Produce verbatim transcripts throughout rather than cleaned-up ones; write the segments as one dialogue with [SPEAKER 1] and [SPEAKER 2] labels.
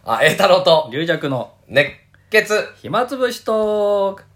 [SPEAKER 1] あ、栄太郎と
[SPEAKER 2] 龍弱の
[SPEAKER 1] 熱血
[SPEAKER 2] 暇つぶしトーク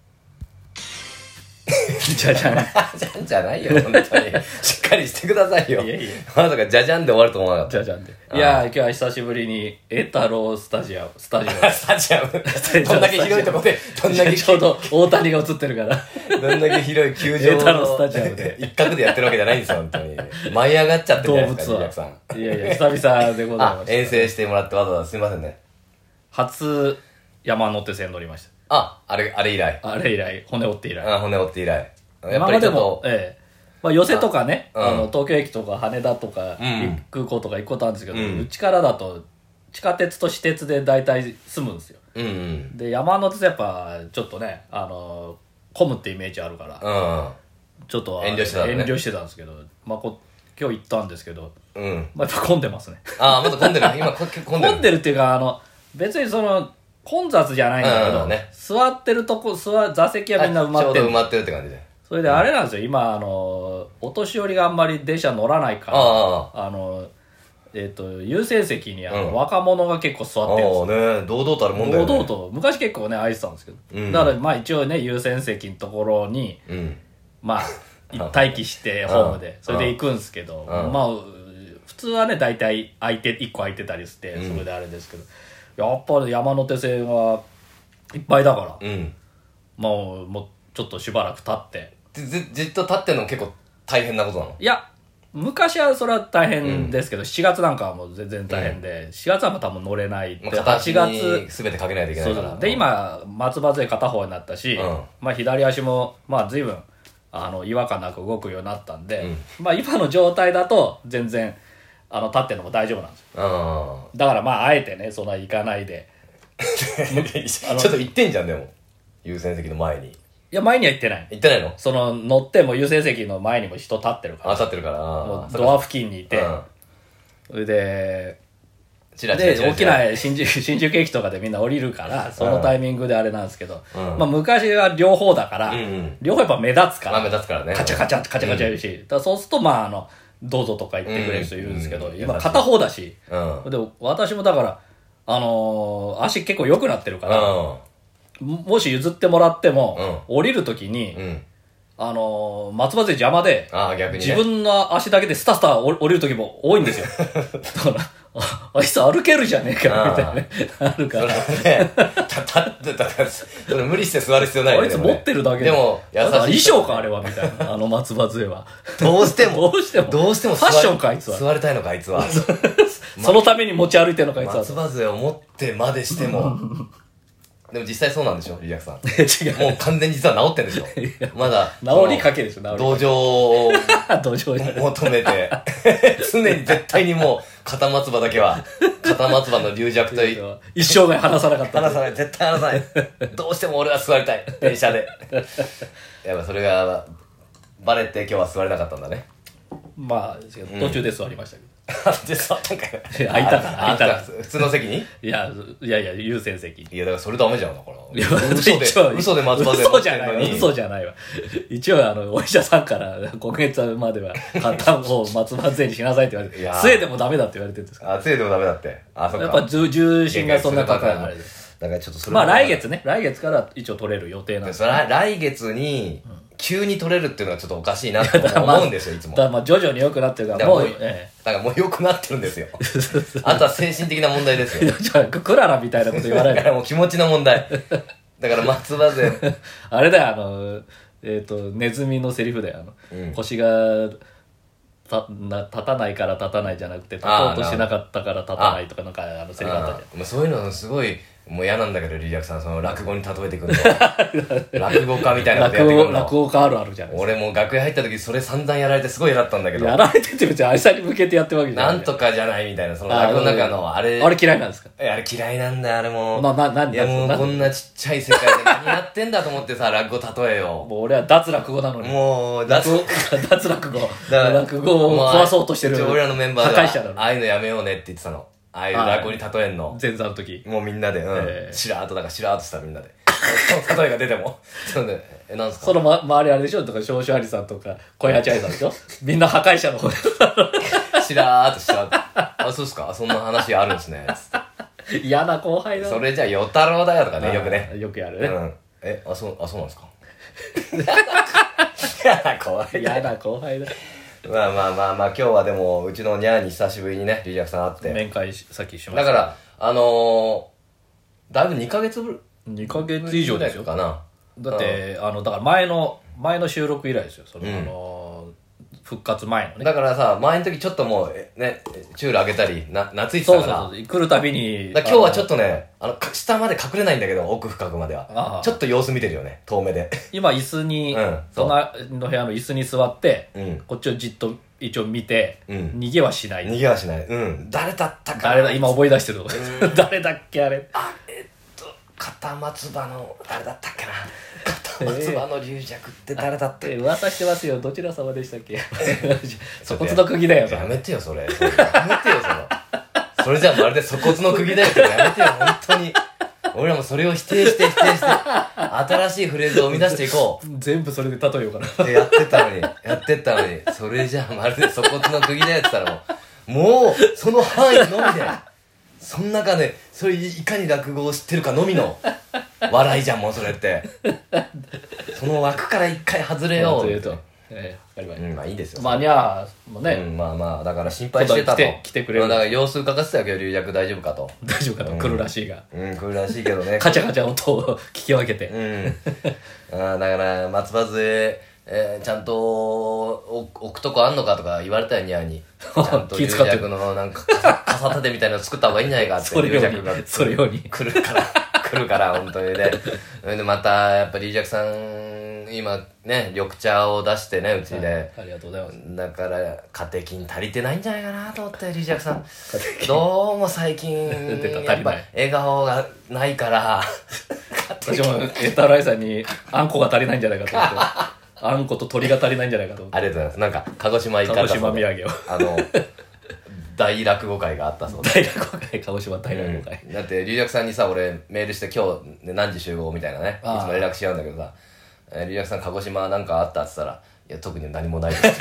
[SPEAKER 2] じゃじゃん。
[SPEAKER 1] じゃんじゃないよ、本当に。しっかりしてくださいよ。
[SPEAKER 2] いやいや
[SPEAKER 1] まさかじゃじゃんで終わると思わなかった。
[SPEAKER 2] じゃじゃんで。いやー、今日は久しぶりに栄太郎スタジアム、スタジオ。
[SPEAKER 1] スタジアム。どんだけ広いとこで、どんだけ、
[SPEAKER 2] ちょうど大谷が映ってるから。
[SPEAKER 1] どんだけ広い球場
[SPEAKER 2] 栄太郎スタジアムで。
[SPEAKER 1] 一角でやってるわけじゃないんですよ、本当に。舞い上がっちゃってるじゃないですか、リリアクさん。
[SPEAKER 2] いやいや、久々でござい
[SPEAKER 1] あ
[SPEAKER 2] ま、す。
[SPEAKER 1] 遠征してもらってわざわざすいませんね。
[SPEAKER 2] 初山手線乗りました。
[SPEAKER 1] あ、あれ、あれ以来。
[SPEAKER 2] あれ以来、骨折って以来。
[SPEAKER 1] あ、骨折って以来。やっ
[SPEAKER 2] 今
[SPEAKER 1] ぱりちょっ
[SPEAKER 2] までも、
[SPEAKER 1] と、
[SPEAKER 2] ええ。まあ、寄せとかね、
[SPEAKER 1] あうん
[SPEAKER 2] あの、東京駅とか羽田とか、
[SPEAKER 1] うん
[SPEAKER 2] 空港とか行くことあるんですけど、
[SPEAKER 1] うん
[SPEAKER 2] うちからだと、地下鉄と私鉄で大体住むんですよ。
[SPEAKER 1] うんうん。
[SPEAKER 2] で、山手線やっぱ、ちょっとね、あの、混むってイメージあるから、
[SPEAKER 1] うん。
[SPEAKER 2] ちょっと、
[SPEAKER 1] 遠慮してたのね
[SPEAKER 2] 遠慮してたんですけど、まあ、こ今日行ったんですけど、
[SPEAKER 1] うん。
[SPEAKER 2] まあ、やっぱ混んでますね。
[SPEAKER 1] あー、まだ混んでる。今、こ混んでる。
[SPEAKER 2] 混んでるっていうか、あの、別にその、混雑じゃないんだけど、
[SPEAKER 1] うんね
[SPEAKER 2] 座ってるとこ、座、座席はみんな埋まってる
[SPEAKER 1] ちょうど埋。まってるって感じで。
[SPEAKER 2] それであれなんですよ、今、あの、お年寄りがあんまり電車乗らないから、
[SPEAKER 1] あ
[SPEAKER 2] あの、えっ、と、優先席にあの、
[SPEAKER 1] うん
[SPEAKER 2] 若者が結構座ってるんですよ。
[SPEAKER 1] ああね、堂々とあるもんだよね。
[SPEAKER 2] 堂々と、昔結構ね、空いてたんですけど。
[SPEAKER 1] うん
[SPEAKER 2] だから、まあ一応ね、優先席のところに、
[SPEAKER 1] うん。
[SPEAKER 2] まあ、待機して、ホームで、それで行くんですけど、
[SPEAKER 1] うん
[SPEAKER 2] まあ、普通はね、大体空いて、いっこ空いてたりして、
[SPEAKER 1] うん
[SPEAKER 2] それであれですけど、やっぱり山手線はいっぱいだから、
[SPEAKER 1] うん。
[SPEAKER 2] もう、もう、ちょっとしばらく経って、
[SPEAKER 1] ず、ずじっと立ってんの結構大変なことなの。
[SPEAKER 2] いや、昔はそれは大変ですけど、しがつなんかはもう全然大変で、しがつはもう多分乗れないって、
[SPEAKER 1] まあ、片
[SPEAKER 2] は
[SPEAKER 1] 足に全てかけないといけないから。
[SPEAKER 2] そうそうで、今、松葉杖片方になったし、
[SPEAKER 1] うん
[SPEAKER 2] まあ左足も、まあ随分、あの、違和感なく動くようになったんで、
[SPEAKER 1] うん
[SPEAKER 2] まあ今の状態だと全然、あの、立ってるのも大丈夫なんですよ。
[SPEAKER 1] あ
[SPEAKER 2] だからまあ、あえてね、そんな行かないで。
[SPEAKER 1] あ。ちょっと行ってんじゃん、でも。優先席の前に。
[SPEAKER 2] いや、前には行ってない。
[SPEAKER 1] 行ってないの？
[SPEAKER 2] その、乗っても優先席の前にも人立ってるか
[SPEAKER 1] あ、
[SPEAKER 2] ら、
[SPEAKER 1] 立ってるから。
[SPEAKER 2] も
[SPEAKER 1] あ
[SPEAKER 2] うドア付近にいて、
[SPEAKER 1] うん
[SPEAKER 2] それで、
[SPEAKER 1] チラチラ
[SPEAKER 2] で、
[SPEAKER 1] チラチラ
[SPEAKER 2] 大きな新宿、新宿駅とかでみんな降りるから、そのタイミングであれなんですけど、
[SPEAKER 1] うん
[SPEAKER 2] まあ昔は両方だから、
[SPEAKER 1] うんうん
[SPEAKER 2] 両方やっぱ目立つか
[SPEAKER 1] まあ目
[SPEAKER 2] ら、
[SPEAKER 1] 立つからね。
[SPEAKER 2] カチャカチャ、カチャカチャいるし、だからそうするとまああの、どうぞとか言ってくれる人いるんですけど、
[SPEAKER 1] うん
[SPEAKER 2] 今片方だし、
[SPEAKER 1] うん。
[SPEAKER 2] で、私もだから、あのー足結構良くなってるから、
[SPEAKER 1] う
[SPEAKER 2] ももし譲ってもらっても、降りるときに、
[SPEAKER 1] ん。うん。
[SPEAKER 2] あのー松葉杖邪魔で、
[SPEAKER 1] ああ、逆にね。
[SPEAKER 2] 自分の足だけでスタスタ降降りる時も多いんですよ。だから、ああいつ歩けるじゃねえか、みたいなね。あるから。
[SPEAKER 1] それはね、た、たってたから、それ無理して座る必要ないよね。
[SPEAKER 2] あいつ持ってるだけ
[SPEAKER 1] でも、優しい。
[SPEAKER 2] あ衣装か、あれは、みたいな。あの松葉杖は。
[SPEAKER 1] どうしても、
[SPEAKER 2] どうしても。
[SPEAKER 1] どうしても
[SPEAKER 2] ファッションか、あいつは。
[SPEAKER 1] 座りたいのか、あいつは。
[SPEAKER 2] そのために持ち歩いてるのか、あいつは。
[SPEAKER 1] 松葉杖を持ってまでしても、でも実際そうなんでしょ、リリアクさん。
[SPEAKER 2] 違う。
[SPEAKER 1] もう完全に実は治ってんでしょ。まだ、
[SPEAKER 2] 治りかけですよ、治り
[SPEAKER 1] 同情を
[SPEAKER 2] かけ。土壌じゃない。
[SPEAKER 1] 求めて、常に絶対にもう、片松葉だけは、片松葉の龍弱とい
[SPEAKER 2] 一生涯離さなかった。
[SPEAKER 1] 離さない、絶対離さない。どうしても俺は座りたい、電車で。やっぱそれが、バレて今日は座れなかったんだね。
[SPEAKER 2] まあ、途中で座りましたけど。
[SPEAKER 1] で、座ったんかい。
[SPEAKER 2] いや空いたから
[SPEAKER 1] あ
[SPEAKER 2] 空いたから
[SPEAKER 1] 普通の席に
[SPEAKER 2] いや、いやいや、優先席。
[SPEAKER 1] いや、だからそれダメじゃん、だから。
[SPEAKER 2] いや
[SPEAKER 1] 嘘で
[SPEAKER 2] 一応、
[SPEAKER 1] 嘘で松葉杖持
[SPEAKER 2] 嘘
[SPEAKER 1] って
[SPEAKER 2] じゃないわ。
[SPEAKER 1] んのに。
[SPEAKER 2] 嘘じゃないわ。一応、あの、お医者さんから今月までは片方松葉杖にしなさいって言われて、
[SPEAKER 1] いやー
[SPEAKER 2] 杖でもダメだって言われてるんですか
[SPEAKER 1] あ、杖でもダメだって。あ、そっ
[SPEAKER 2] ら。
[SPEAKER 1] か。
[SPEAKER 2] やっぱ重重心がそんな高いあれで。
[SPEAKER 1] だからちょっとそれ
[SPEAKER 2] まあ来月ね、来月から一応取れる予定なんです
[SPEAKER 1] でそれ来月に、急に取れるっていうのはちょっとおかしいなと
[SPEAKER 2] まあ
[SPEAKER 1] 思うんですよ、いつも。だ
[SPEAKER 2] だからまあ徐々に良くなってるから、
[SPEAKER 1] だからもう
[SPEAKER 2] もう、え
[SPEAKER 1] からもう良くなってるんですよ。あとは精神的な問題です
[SPEAKER 2] え。
[SPEAKER 1] よ。
[SPEAKER 2] じゃあ、クララみたいなこと言わないで。
[SPEAKER 1] だからもう気持ちの問題。だから松葉杖。
[SPEAKER 2] あれだよ、あの、えっと、ネズミのセリフだよ。あの、
[SPEAKER 1] うん
[SPEAKER 2] 腰が、たな立たないから立たないじゃなくて、立とうとしなかったから立たないとか、なんか、あの、セリフあったじゃん。
[SPEAKER 1] あもうそういうのすごい、もう嫌なんだけど、リリアクさん、その落語に例えてくるの。落語家みたいなことやってく
[SPEAKER 2] 落語、
[SPEAKER 1] るの。
[SPEAKER 2] 落語家あるあるじゃないですか。
[SPEAKER 1] 俺もう楽屋入った時それ散々やられてすごい嫌だったんだけど、
[SPEAKER 2] やられてて別に愛さんに向けてやってるわけじゃな。
[SPEAKER 1] ないんとかじゃないみたいな、その
[SPEAKER 2] あ
[SPEAKER 1] 落語の中のあれ、
[SPEAKER 2] あれ嫌いなんですか？
[SPEAKER 1] えあれ嫌いなんだよ、あれもう。
[SPEAKER 2] な、な、なん
[SPEAKER 1] いやもう
[SPEAKER 2] な
[SPEAKER 1] こんなちっちゃい世界で何やってんだと思ってさ、落語例えよ。
[SPEAKER 2] もう俺は脱落語なのに。
[SPEAKER 1] もう、
[SPEAKER 2] 落語、脱落語。
[SPEAKER 1] だから
[SPEAKER 2] 落語を壊そうとしてる。
[SPEAKER 1] 一応俺らのメンバーで
[SPEAKER 2] 破壊者なの
[SPEAKER 1] ああいうのやめようねって言ってたの。ああいう落語に例えんの。
[SPEAKER 2] 前座の時。
[SPEAKER 1] もうみんなで、うん。
[SPEAKER 2] ええ
[SPEAKER 1] しらーっと、だからしらーっとしたみんなで。その例えが出ても。そうね。え、なんすか
[SPEAKER 2] その、ま、周りあれでしょとか、少々ありさんとか、小八愛さんでしょみんな破壊者の方で。
[SPEAKER 1] しらーっとしらーっと。あ、そうっすかそんな話あるんですね。つって
[SPEAKER 2] 嫌な後輩だ。
[SPEAKER 1] それじゃ与太郎だよとかね、よくね。
[SPEAKER 2] よくやるね。
[SPEAKER 1] うん。え、あ、そう、あ、そうなんですか。嫌な後輩だ。
[SPEAKER 2] 嫌な後輩だ。
[SPEAKER 1] まあまあまあまあ、今日はでも、うちのニャーに久しぶりにね、リージャクさん会って。
[SPEAKER 2] 面会しさっきしました。
[SPEAKER 1] だから、あのー、だいぶにかげつぶり。
[SPEAKER 2] にかげつ以上ですよ。
[SPEAKER 1] かな。
[SPEAKER 2] だって、あの、だから前の、前の収録以来ですよ。その、
[SPEAKER 1] うん、
[SPEAKER 2] あの、復活前のね。
[SPEAKER 1] だからさ、前の時ちょっともう、ね、チュール上げたり、な、懐いてたから。
[SPEAKER 2] そうそうそう。来るたびに。
[SPEAKER 1] だ今日はちょっとね、あの、下まで隠れないんだけど、奥深くまでは。ちょっと様子見てるよね、遠目で。
[SPEAKER 2] 今、椅子に、うん、隣の部屋の椅子に座って、うん、こっちをじっと一応見て、うん、逃げはしない。
[SPEAKER 1] 逃げはしない。うん。誰だったか
[SPEAKER 2] 誰だ、今覚え出してるとこ。誰だっけ、あれ。
[SPEAKER 1] あ、えっと、片松葉の、誰だったっけな。片松葉の龍尺って誰だったっけ、
[SPEAKER 2] えー、噂してますよ。どちら様でしたっけ。粗骨の釘だよ。
[SPEAKER 1] やめてよ、それ。それやめてよ、その。それじゃまるで粗骨の釘だよってやめてよ、本当に。俺らもそれを否定して否定して、新しいフレーズを生み出していこう。
[SPEAKER 2] 全部それで例えようかな。
[SPEAKER 1] ってやってたのに、やってったのに、それじゃまるで粗骨の釘だよって言ったらもう、もう、その範囲のみで、その中で、それいかに落語を知ってるかのみの笑いじゃん、もうそれって。その枠から一回外れよう。え
[SPEAKER 2] えー、バリバリ。
[SPEAKER 1] うん、まあいいですよ。
[SPEAKER 2] まあにゃーもね、
[SPEAKER 1] うん、まあまあ、だから心配してたと。
[SPEAKER 2] 来て、来てくれる。
[SPEAKER 1] だから様子伺ってたけど、龍尺大丈夫かと。
[SPEAKER 2] 大丈夫かと、うん、来るらしいが。
[SPEAKER 1] うん、来るらしいけどね。
[SPEAKER 2] カチャカチャ音を聞き分けて。
[SPEAKER 1] うん。あだから、松葉杖、えー、ちゃんと置くとこあんのかとか言われたよ、ニャーに。ちゃんと龍尺のなんか、傘立てみたいなの作った方がいいんじゃないかって。龍尺が。
[SPEAKER 2] それように。
[SPEAKER 1] 来るから、来るから、本当にね。で、また、やっぱり龍尺さん、今ね、緑茶を出してね、うちで、はい。
[SPEAKER 2] ありがとうございます。
[SPEAKER 1] だから、家庭金足りてないんじゃないかなと思って、龍尺さん。どうも最近、やっぱ笑顔がないから、
[SPEAKER 2] 私もエタライさんにあんこが足りないんじゃないかと思って。あんこと鳥が足りないんじゃないかと思って。
[SPEAKER 1] ありがとうございます。なんか、鹿児島行か
[SPEAKER 2] 鹿児島土産を。
[SPEAKER 1] あの、大落語会があったそうで。
[SPEAKER 2] 大落語会、鹿児島大落語会。
[SPEAKER 1] うん、だって、龍尺さんにさ、俺メールして今日、ね、何時集合みたいなね、いつも連絡し合うんだけどさ、龍尺さん鹿児島なんかあったって言ったら、いや、特に何もないですって。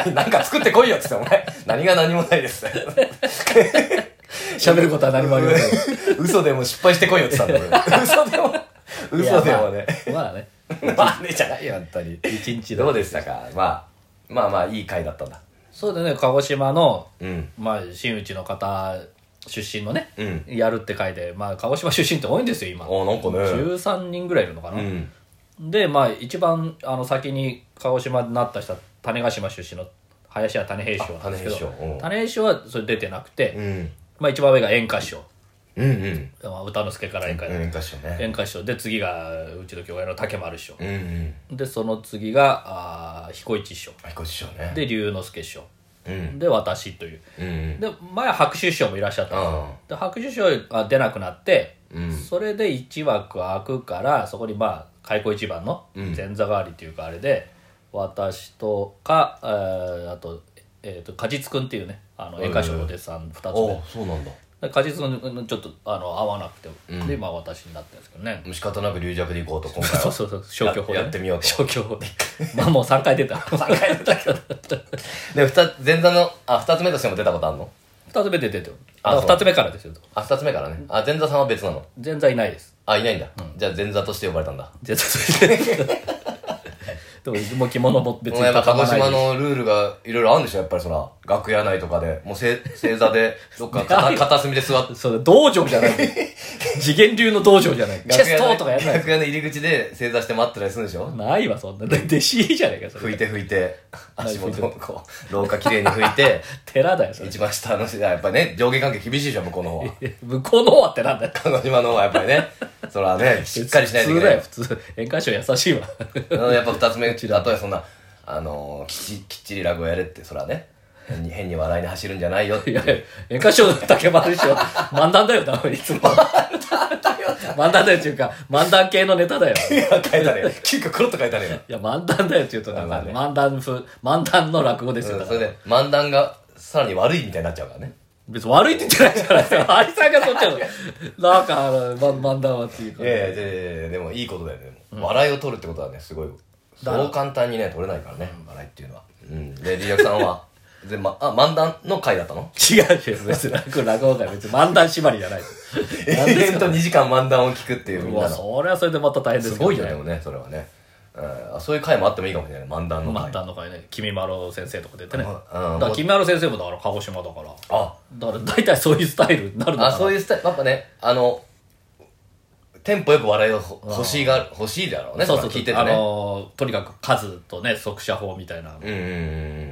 [SPEAKER 1] なんか作ってこいよって言って、お前、何が何もないですって。
[SPEAKER 2] 喋ることは何もありません。
[SPEAKER 1] 嘘でも失敗してこいよって言ったんだ俺。嘘でも、嘘でもね。
[SPEAKER 2] まあね。
[SPEAKER 1] まあねじゃないよ、本当に。
[SPEAKER 2] 一日
[SPEAKER 1] どうでしたか。まあ、まあまあ、いい回だったんだ。
[SPEAKER 2] そうだね、鹿児島の、
[SPEAKER 1] うん、
[SPEAKER 2] まあ、真打ちの方、出身のね、
[SPEAKER 1] うん、
[SPEAKER 2] やるって回で、まあ、鹿児島出身って多いんですよ、今。
[SPEAKER 1] あ、なんかね。
[SPEAKER 2] じゅうさんにんぐらいいるのかな。
[SPEAKER 1] うん、
[SPEAKER 2] で、まあ、一番、あの、先に鹿児島になった人は、種子島出身の林家種平師匠なんですけど、種平師匠はそれ出てなくて、
[SPEAKER 1] うん、
[SPEAKER 2] まあ、一番上が演歌師匠。
[SPEAKER 1] うんうん。
[SPEAKER 2] 歌之助から演歌、
[SPEAKER 1] 演歌師匠ね。
[SPEAKER 2] 演歌師匠で、次がうちの京親の竹丸師匠、
[SPEAKER 1] うんうん、で
[SPEAKER 2] その次があ彦一師匠、
[SPEAKER 1] 彦一師匠ね。
[SPEAKER 2] で龍之介師匠、
[SPEAKER 1] うん、
[SPEAKER 2] で私という、
[SPEAKER 1] うん、
[SPEAKER 2] で前は白秋師匠もいらっしゃったんですよ。で白秋師匠が出なくなって、うん、それでいち枠空くから、そこにまあ開口一番の前座代わりというかあれで、うん、私とか、えー、あと、えー、と果実くんっていうね、あの演歌師匠のお弟子さんふたつめ、
[SPEAKER 1] あ、そうなんだ。
[SPEAKER 2] 果実のちょっとあの合わなくて、うん、でまあ私になったんですけどね。
[SPEAKER 1] 仕方なく龍尺で行こうと今回は。
[SPEAKER 2] そうそうそう、消去法で、
[SPEAKER 1] ね、やってみようと。
[SPEAKER 2] 消去法で。まあもうさんかい出た。
[SPEAKER 1] さんかい出たけど。で、二つ、前座の、あ、二つ目としても出たことあるの？
[SPEAKER 2] 二つ目で出てる。あ、二つ目からですよ。
[SPEAKER 1] あ、二つ目からね。あ、前座さんは別なの？
[SPEAKER 2] 前座いないです。
[SPEAKER 1] あ、いないんだ。うん、じゃあ前座として呼ばれたんだ。
[SPEAKER 2] 前座として。でも着物も別に
[SPEAKER 1] やっぱ鹿児島のルールがいろいろあるんでしょ、やっぱりそら。楽屋内とかで。もう正座で、どっか片片隅で座って。
[SPEAKER 2] そうだ、道場じゃない。次元流の道場じゃない。チェストとかやんない。
[SPEAKER 1] 楽屋の入り口で正座して待ってたりするんでしょ？
[SPEAKER 2] ないわ、そんな。弟子じゃないか、それ。
[SPEAKER 1] 拭いて拭いて、足元をこう、廊下きれいに拭いて。
[SPEAKER 2] 寺だよ、それ。
[SPEAKER 1] 一番下の、やっぱね、上下関係厳しいじゃん、向こうの方は。
[SPEAKER 2] 向こうの方はってなんだよ。
[SPEAKER 1] 鹿児島の方はやっぱりね、そらね、しっかりしないといけない。
[SPEAKER 2] 普通だよ、普通。演歌師匠優しいわ。
[SPEAKER 1] やっぱ二つ目、あとはそんな、あのー、きっちきっちり落語やれって、そらね、変に変に笑いに走るんじゃないよって。
[SPEAKER 2] いやいや、演歌師匠の竹丸師匠、漫談だよ、多分いつも。漫談だよ。漫談だよっていうか、漫談系のネタだよ。
[SPEAKER 1] いや、書いたね。急遽コロッと書いたね。
[SPEAKER 2] いや、漫談だよって言うとなんか、ね、漫談風、漫談の落語ですよ。
[SPEAKER 1] うん、それで、漫談がさらに悪いみたいになっちゃうからね。
[SPEAKER 2] 別に悪いって言ってないじゃないですか。アリさんがそっちの。なんか、あの、漫談はっていうか。
[SPEAKER 1] いやいや、いやでもいいことだよね。うん、笑いを取るってことはね、すごい。そう簡単にね、取れないからね、笑いっていうのは。うん。で、リリアクさんは、 で、ま、あ、漫談の回だったの？
[SPEAKER 2] 違う違う、別に落落語会別に漫談縛りじゃない。
[SPEAKER 1] 永遠とにじかん漫談を聞くっていうみんなの。
[SPEAKER 2] それはそれでまた大変ですけどね。
[SPEAKER 1] すごいよね、でもね、それはね。うん、そういう回もあってもいいかもしれない、漫談の回。
[SPEAKER 2] 漫談の回ね、君まろ先生とか出てね。
[SPEAKER 1] うん、
[SPEAKER 2] だから君まろ先生もだから鹿児島だから。
[SPEAKER 1] あ、
[SPEAKER 2] だから大体そういうスタイルになるのかな。
[SPEAKER 1] あ、そういうスタイル、やっぱね、あの、テンポよく笑いを欲しいが、欲しいだろうね、
[SPEAKER 2] そうそう、
[SPEAKER 1] 聞いててね。
[SPEAKER 2] あのー、とにかく数とね、速射法みたいな、
[SPEAKER 1] うんうんうん、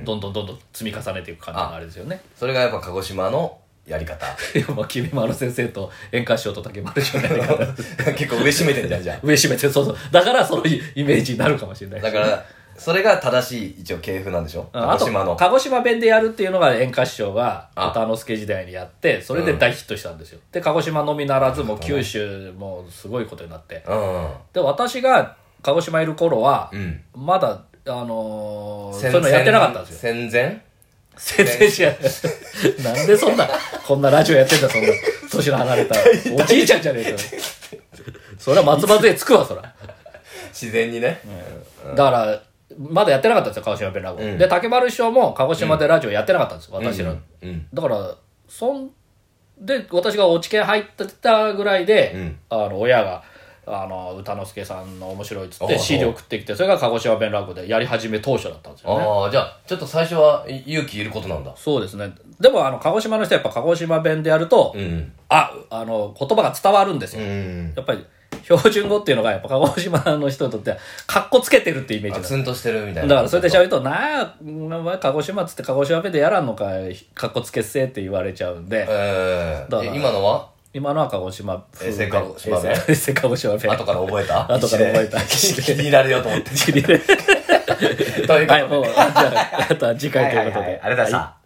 [SPEAKER 2] どんどんどんどん積み重ねていく感じのあれですよね。
[SPEAKER 1] それがやっぱ鹿児島のやり方。
[SPEAKER 2] いや、もう君まろ先生と演歌師匠と竹丸師匠のやり方。
[SPEAKER 1] 結構上締めてんじゃん、じゃあ。
[SPEAKER 2] 上締めて、そうそう。だからそういうイメージになるかもしれない。
[SPEAKER 1] だから、それが正しい一応系譜なんでしょ、鹿児島の。
[SPEAKER 2] 鹿児島弁でやるっていうのが演歌師匠が歌之助時代にやって、それで大ヒットしたんですよ。うん、で、鹿児島のみならずもう九州もすごいことになって。うん、で、私が鹿児島いる頃は、うん、まだ、あのー、そういうのやってなかったんですよ。
[SPEAKER 1] 戦前
[SPEAKER 2] 戦前じゃない。なんでそんな、こんなラジオやってんだ、そんな、年の離れた。おじいちゃんじゃねえか。それは松葉杖つくわ、そら。
[SPEAKER 1] 自然にね。
[SPEAKER 2] うん、だから、まだやってなかったんですよ、鹿児島弁ラジオ、うん、で竹丸師匠も鹿児島でラジオやってなかったんですよ、うん、私の、うんうん、だからそんで私が落ち研入ってたぐらいで、うん、あの親があの歌之助さんの面白いっつって シーディー 送ってきて、それが鹿児島弁ラジオでやり始め当初だったんですよね。
[SPEAKER 1] ああ、じゃあちょっと最初は勇気いることなんだ。
[SPEAKER 2] そうですね。でもあの鹿児島の人はやっぱ鹿児島弁でやると、うん、ああの言葉が伝わるんですよ、うん、やっぱり標準語っていうのがやっぱ鹿児島の人にとってはカッコつけてるっていうイメージだ。
[SPEAKER 1] ツンとしてるみたいな。
[SPEAKER 2] だからそれで喋るとなあ、鹿児島っつって鹿児島弁でやらんのかカッコつけっせって言われちゃうんで、
[SPEAKER 1] えー、今のは
[SPEAKER 2] 今のは鹿児島風
[SPEAKER 1] 衛星鹿児島弁。
[SPEAKER 2] 衛星鹿児島弁。
[SPEAKER 1] 後から覚えた
[SPEAKER 2] 後から覚えた。
[SPEAKER 1] 気になるよと思って。
[SPEAKER 2] 気になる。ということで。はい、もう、じゃあ、あとは次回ということで。
[SPEAKER 1] はいはいはい、ありがとうございました。